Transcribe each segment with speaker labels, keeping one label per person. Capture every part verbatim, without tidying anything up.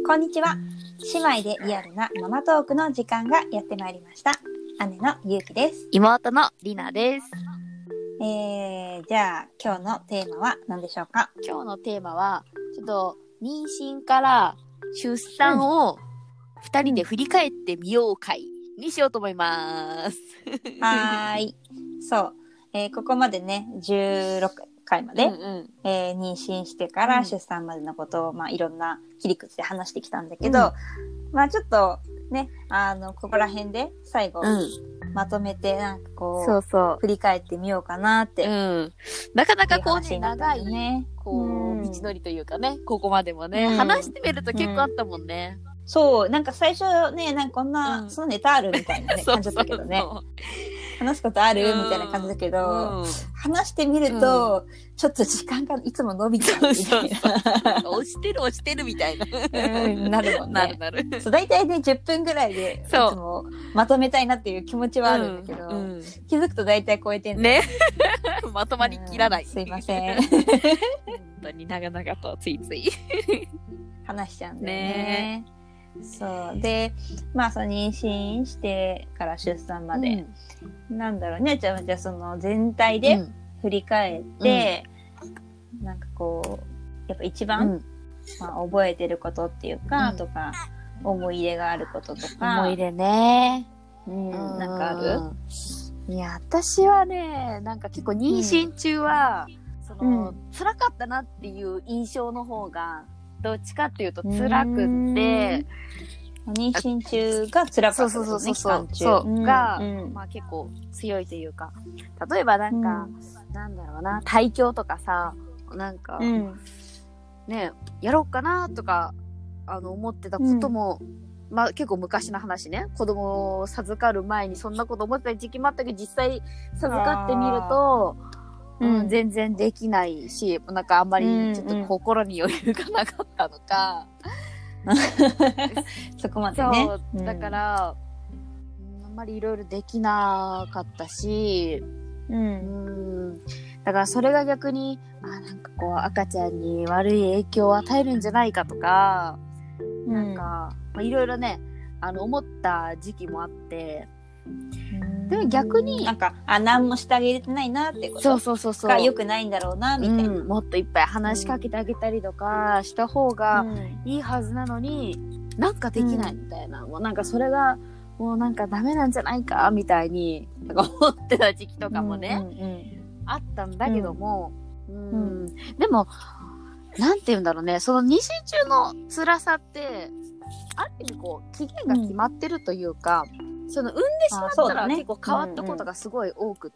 Speaker 1: こんにちは。姉妹でリアルなママトークの時間がやってまいりました。姉のゆうきです。
Speaker 2: 妹のりなです。
Speaker 1: えー、じゃあ今日のテーマは何でしょうか？
Speaker 2: 今日のテーマはちょっと妊娠から出産を二人で振り返ってみよう会にしようと思います。
Speaker 1: はーい。そう、えー、ここまでねじゅうろっかいまで、うんうんえー、妊娠してから出産までのことを、まあ、いろんな切り口で話してきたんだけど、うん、まあちょっとねあのここら辺で最後、うんまとめてなんかこうそうそう振り返ってみようかなって、うん、
Speaker 2: なかなかこうね長いねこう、うん、道のりというかねここまでもね、うん、話してみると結構あったもんね、
Speaker 1: うん、そうなんか最初ねなんかこんな、うん、そのネタあるみたいな、ね、感じだったけどねそうそうそう話すことある、うん、みたいな感じだけど、うん、話してみると、うん、ちょっと時間がいつも伸びちゃうみたいな
Speaker 2: 押してる押してるみたいな、
Speaker 1: うん、なるもんね
Speaker 2: なるなる
Speaker 1: そう大体ねじゅっぷんぐらいでいつもまとめたいなっていう気持ちはあるんだけど、うんうん、気づくと大体超えてんの
Speaker 2: ねまとまりきらない、うん、
Speaker 1: すいません
Speaker 2: 本当に長々とついつい
Speaker 1: 話しちゃうんだよね。ねそうでまあその妊娠してから出産まで、うん、なんだろうねじゃあじゃあその全体で振り返って、うん、なんかこうやっぱ一番、うんまあ、覚えてることっていうか、うん、とか思い入れがあることとか
Speaker 2: 思い入れね
Speaker 1: うん、なんかある？
Speaker 2: いや私はねなんか結構妊娠中は、うん、その、うん、辛かったなっていう印象の方がどっちかっていうと辛くって
Speaker 1: 妊娠中が辛かったですね。
Speaker 2: そうそうそうそうそうが、うん、まあ結構強いというか例えばなんか、うん、なんだろうな体調とかさなんか、うん、ねやろうかなとかあの思ってたことも、うん、まあ結構昔の話ね子供を授かる前にそんなこと思ってた時期もあったけど実際授かってみるとうん、全然できないし、なんかあんまりちょっと心に余裕がなかったのか。
Speaker 1: うんうん、そこまでね。
Speaker 2: そう、だから、うん、あんまりいろいろできなかったし、うん、うん、だからそれが逆に、あ、なんかこう赤ちゃんに悪い影響を与えるんじゃないかとか、うん、なんか、まあ、いろいろね、あの、思った時期もあって、でも逆に
Speaker 1: なんかあ何もしてあげてないなってこと
Speaker 2: そうそうそうそう
Speaker 1: が良くないんだろうなみたいな、うん、
Speaker 2: もっといっぱい話しかけてあげたりとかした方がいいはずなのに、うん、なんかできないみたいな、うん、もうなんかそれがもうなんかダメなんじゃないかみたいになんか思ってた時期とかもね、うんうんうん、あったんだけども、うんうん、でもなんて言うんだろうねその妊娠中の辛さってある意味こう期限が決まってるというか、うんその産んでしまったら結構変わったことがすごい多くって、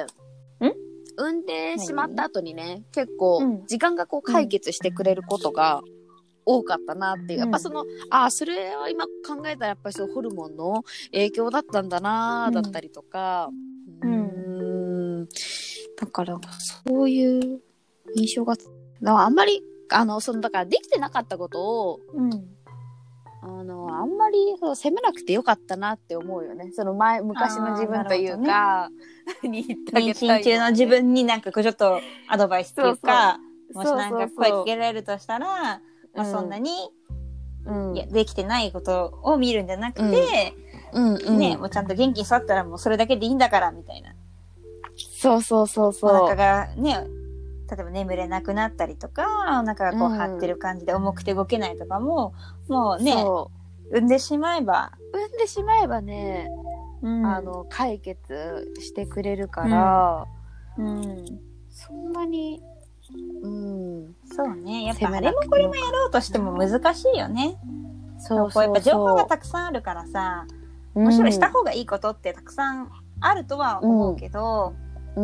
Speaker 2: うんうん、産んでしまった後にね結構時間がこう解決してくれることが多かったなっていう、うん、やっぱそのあそれは今考えたらやっぱりそうホルモンの影響だったんだなだったりとか、うん、うーんだからそういう印象があんまりあのそのだからできてなかったことを、うんあの、あんまりそう責めなくてよかったなって思うよね。その前、昔の自分というか、
Speaker 1: ね、に言ってあげたい、ね。妊娠中の自分になんかこうちょっとアドバイスっていうか、そうそうもしなんか声かけられるとしたら、そうそうそうまあそんなに、うん、いやできてないことを見るんじゃなくて、うんうん、ね、もうちゃんと元気に育ったらもうそれだけでいいんだからみたいな。
Speaker 2: そうそうそうそう。
Speaker 1: お腹がね、例えば眠れなくなったりとかお腹がこう張ってる感じで重くて動けないとかも、うん、もうね産んでしまえば
Speaker 2: 産んでしまえばね、うん、あの解決してくれるから、うんうん、そんなに、
Speaker 1: うん、そうねやっぱあれもこれもやろうとしても難しいよね。そうそうそうやっぱ情報がたくさんあるからさもちろんした方がいいことってたくさんあるとは思うけど、うんうん、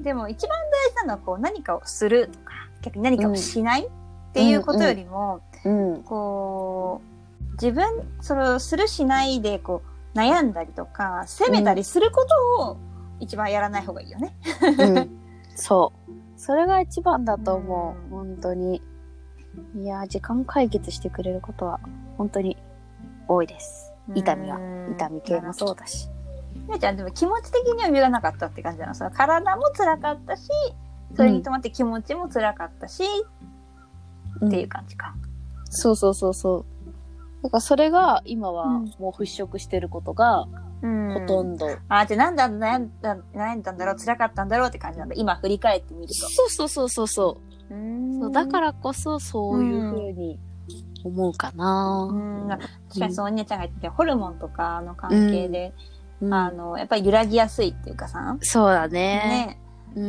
Speaker 1: でも一番大事なのはこう何かをするとか逆に何かをしないっていうことよりも、うんうん、こう自分それをするしないでこう悩んだりとか責めたりすることを一番やらない方がいいよね、
Speaker 2: うん、そうそれが一番だと思う、うん、本当にいや時間解決してくれることは本当に多いです。痛みは痛み系もそうだし
Speaker 1: ねちゃんでも気持ち的には余裕がなかったって感じなの。その体も辛かったしそれに伴って気持ちも辛かったし、うん、っていう感じか。
Speaker 2: そうそうそうそだからそれが今はもう払拭してることがほとんど。うん、
Speaker 1: あ、じゃあなんだ悩んだ、悩んだんだろう、辛かったんだろうって感じなんだ。今振り返ってみると。
Speaker 2: そうそうそうそうそう。うんそうだからこそそういう風に思うかな。
Speaker 1: うん、確かにそう、お姉ちゃんが言ってたホルモンとかの関係で、うん、あの、やっぱり揺らぎやすいっていうかさ。
Speaker 2: そうだね。
Speaker 1: ね。うん。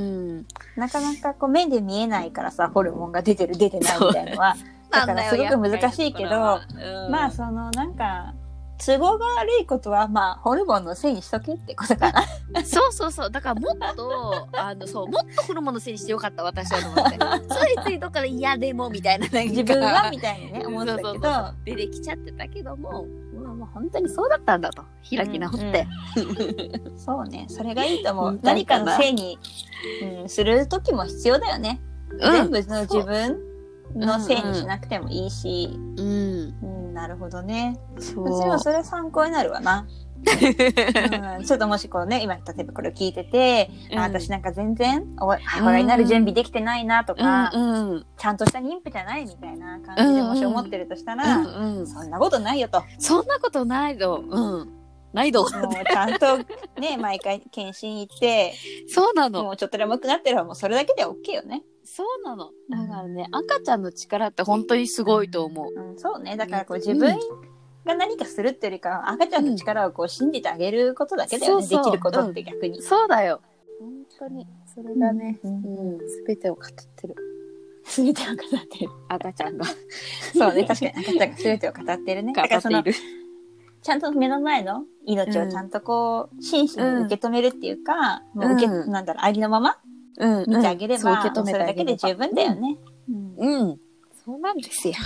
Speaker 1: なかなかこう目で見えないからさ、ホルモンが出てる出てないみたいなのは。だからすごく難しいけど、うん、まあそのなんか、都合が悪いことは、まあ、ホルモンのせいにしとけってことかな。
Speaker 2: そうそうそう。だからもっと、あの、そう、もっとホルモンのせいにしてよかった、私はと思って。ついついどっかで嫌でも、みたいな。
Speaker 1: 自分はみたいにね、思ったけど。そうそうそう
Speaker 2: 出てきちゃってたけども、まあ、もう本当にそうだったんだと。開き直って。
Speaker 1: うんうん、そうね。それがいいと思う。何かのせいに、うん、するときも必要だよね。うん、全部の自分のせいにしなくてもいいし。うん、うんなるほどね。そう。私はそれ参考になるわな。うん、ちょっともしこうね、今例えばこれを聞いてて、うん、私なんか全然母親になる準備できてないなとか、うんうん、ちゃんとした妊婦じゃないみたいな感じでもし思ってるとしたら、うんうん、そんなことないよと。
Speaker 2: そんなことないよ。うん。ないど。
Speaker 1: もうちゃんとね、毎回検診行って、
Speaker 2: そうなの。
Speaker 1: もうちょっとでも良くなってればもうそれだけで OK よね。
Speaker 2: そうなの。だからね、うん、赤ちゃんの力って本当にすごいと思う。
Speaker 1: うん、そうね。だからこう自分が何かするっていうよりかは、赤ちゃんの力をこう信じてあげることだけだよね。うん、そうそうできることって逆に、
Speaker 2: うん。そうだよ。本当に。それがね、すべ、うんうん、てを語ってる。
Speaker 1: すべてを語ってる。
Speaker 2: 赤ちゃんが。
Speaker 1: そうね。確かに赤ちゃんがすべてを語ってるね。
Speaker 2: 語っている。
Speaker 1: ちゃんと目の前の命をちゃんとこう、真摯に受け止めるっていうか、うん、もう受け、なんだろう、ありのままうん、見てあげれば、うん、そ, それだけで十分だよね。
Speaker 2: うん。うん、そうなんですよ。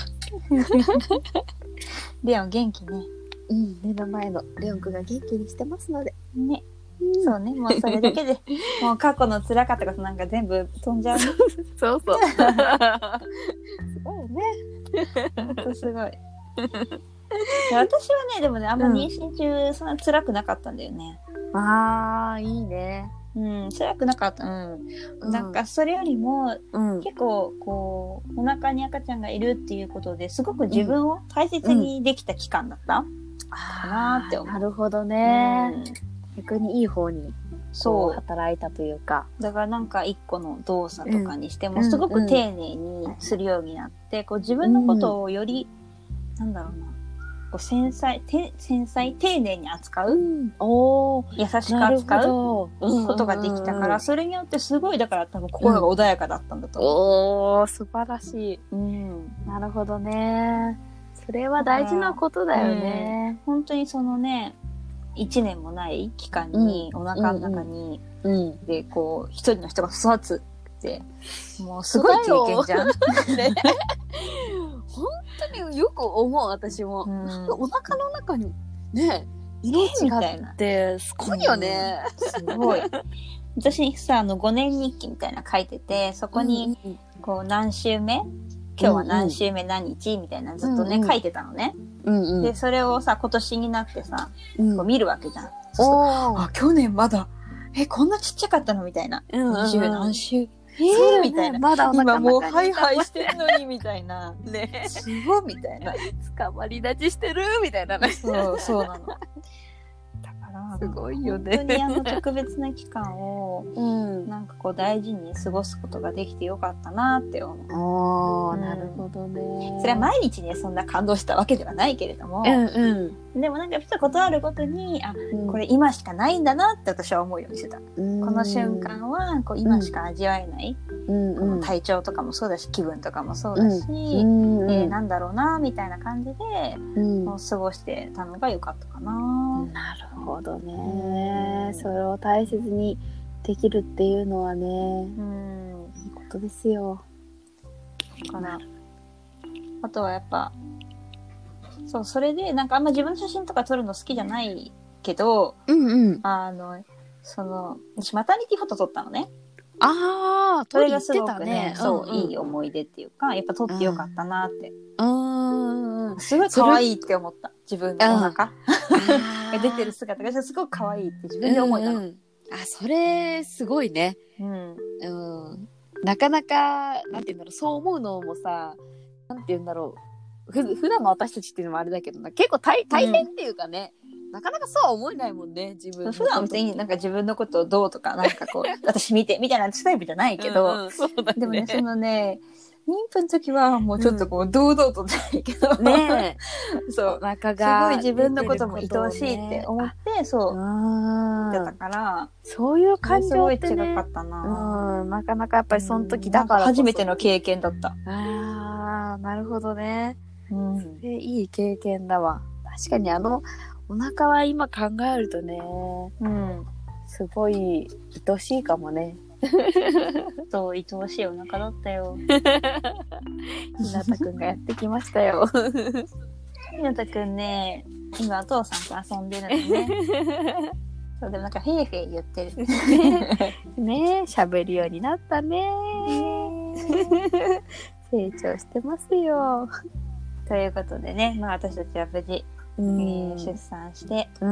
Speaker 1: レオン元気ね。
Speaker 2: うん、目の前のレオンくんが元気にしてますので。
Speaker 1: ね。うん、そうね。もうそれだけで、もう過去の辛かったことなんか全部飛んじゃうね。
Speaker 2: そうそう。すごいね。
Speaker 1: ほんとすごい。私はね、でもね、あんま妊娠中、そんな辛くなかったんだよね。
Speaker 2: うん、ああ、いいね。
Speaker 1: うん、辛くなかった。うん。うん、なんか、それよりも、うん、結構、こう、お腹に赤ちゃんがいるっていうことで、すごく自分を大切にできた期間だった、うん、かなって思う。
Speaker 2: なるほどね。うん、逆にいい方に、そう、働いたというか。
Speaker 1: だからなんか一個の動作とかにしても、すごく丁寧にするようになって、こう自分のことをより、うん、なんだろうな。繊細、繊細、丁寧に扱う、うん、お優しく扱うことができたから、うんうん、それによってすごい、だから多分心が穏やかだったんだと思う。うん、
Speaker 2: おー、素晴らしい。うん。なるほどね。それは大事なことだよね。
Speaker 1: うん、本当にそのね、一年もない期間に、うん、お腹の中に、うんうん、で、こう、一人の人が育つって、もうすごい経験じゃん。
Speaker 2: 本当によく思う、私も。うん、お腹の中にね、命があってすごいよね。
Speaker 1: うん、すごい。私さ、あのごねん日記みたいなの書いてて、そこに、こう何週目、今日は何週目何日みたいなずっとね、うんうん、書いてたのね、うんうん。で、それをさ、今年になってさ、うん、こう見るわけじゃん。そうあ、去年まだ、え、こんなちっちゃかったのみたいな。うんうん、にじゅう何週。えー、みたいな。まだお腹の中に今もうハイハイしてんのに、みたいな。ね。すごい、みたいな。
Speaker 2: 捕まり立ちしてるみたいなね。
Speaker 1: そう、そうなの。だから、
Speaker 2: すごいよね。
Speaker 1: 本当にあの特別な期間を、うん、なんかこう大事に過ごすことができてよかったなって思う。
Speaker 2: ああ、うん、なるほどね。
Speaker 1: それは毎日ね、そんな感動したわけではないけれども、うんうん、でもなんかちょっとことあるごとに、あ、うん、これ今しかないんだなって私は思うようにしてた。うん、この瞬間はこう今しか味わえない、うん、この体調とかもそうだし、気分とかもそうだし、うんうん、えー、なんだろうなみたいな感じで、うん、もう過ごしてたのが良かったかな。
Speaker 2: なるほどね。それを大切にできるっていうのはね、うん、いいことですよ。
Speaker 1: かな。あとはやっぱ、そう、それで、なんかあんま自分の写真とか撮るの好きじゃないけど、うんうん、あの、その、私マタニティフォト撮ったのね。
Speaker 2: ああ、
Speaker 1: それがすごくね、ねそう、うんうん、いい思い出っていうか、やっぱ撮ってよかったなって。うん、すごい可愛いって思った。自分のお腹が出てる姿がすごく可愛いって自分で思えたの。うんうん、
Speaker 2: あ、それ、すごいね。うん。うん。なかなか、なんて言うんだろう、そう思うのもさ、なんて言うんだろふ普段の私たちっていうのもあれだけどな、結構大大変っていうかね、うん、なかなかそうは思えないもんね、自分の。
Speaker 1: 普段別になんか自分のことをどうとか、なんかこう、私見てみたいなタイプじゃないけど、
Speaker 2: うんうん、そうだね、
Speaker 1: でもね、そのね、妊婦の時はもうちょっとこう、うん、堂々とじゃないけど、
Speaker 2: ね
Speaker 1: え、そう、
Speaker 2: お腹が
Speaker 1: すごい自分のことも愛おしいって思って、そう、言ってたから、
Speaker 2: そういう感情ってね、すごい
Speaker 1: 違かったな。
Speaker 2: うん、なかなかやっぱりその時だから、
Speaker 1: うん、初めての経験だった。
Speaker 2: ああ、なるほどね。
Speaker 1: うん、
Speaker 2: それいい経験だわ。確かにあのお腹は今考えるとね、
Speaker 1: うん、
Speaker 2: すごい愛しいかもね。
Speaker 1: そう、愛おしいお腹だったよ。
Speaker 2: ひなたくんがやってきましたよ。
Speaker 1: ひなたくんね、今お父さんと遊んでるのね。そう、でもなんかフェイフェイ言ってる。
Speaker 2: ねえ、喋るようになったね。成長してますよ。
Speaker 1: ということでね、まあ私たちは無事、うん、えー、出産して、
Speaker 2: うん、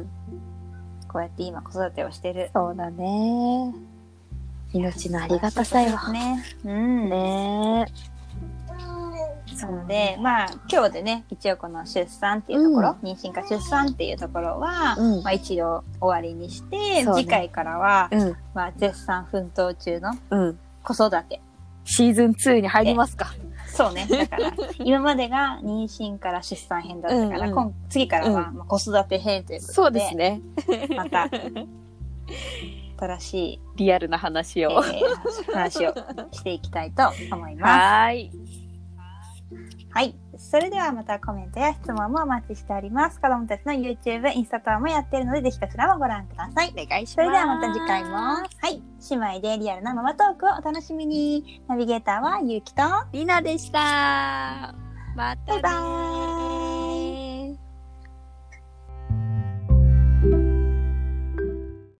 Speaker 1: こうやって今子育てをしてる。
Speaker 2: そうだね。命のありがたさよ。
Speaker 1: ね。うん。
Speaker 2: ね。
Speaker 1: なので、まあ今日でね、一応この出産っていうところ、うん、妊娠か出産っていうところは、うん、まあ一度終わりにして、ね、次回からは、うん、まあ絶賛奮闘中の子育て。
Speaker 2: シーズンツーに入りますか。
Speaker 1: そうね。だから、今までが妊娠から出産編だったから、うんうん、今次からはまあ子育て編ということで、
Speaker 2: そうですね。
Speaker 1: また、新しい
Speaker 2: リアルな話を、
Speaker 1: えー、話をしていきたいと思います。
Speaker 2: はい。
Speaker 1: はい。それではまたコメントや質問もお待ちしております。子供たちの YouTube、インスタ等もやっているので、ぜひこちらもご覧ください。
Speaker 2: お願いします。
Speaker 1: それではまた次回も、はい。姉妹でリアルなママトークをお楽しみに。ナビゲーターはゆうきと
Speaker 2: りなでした。またねー。
Speaker 1: バイバーイ。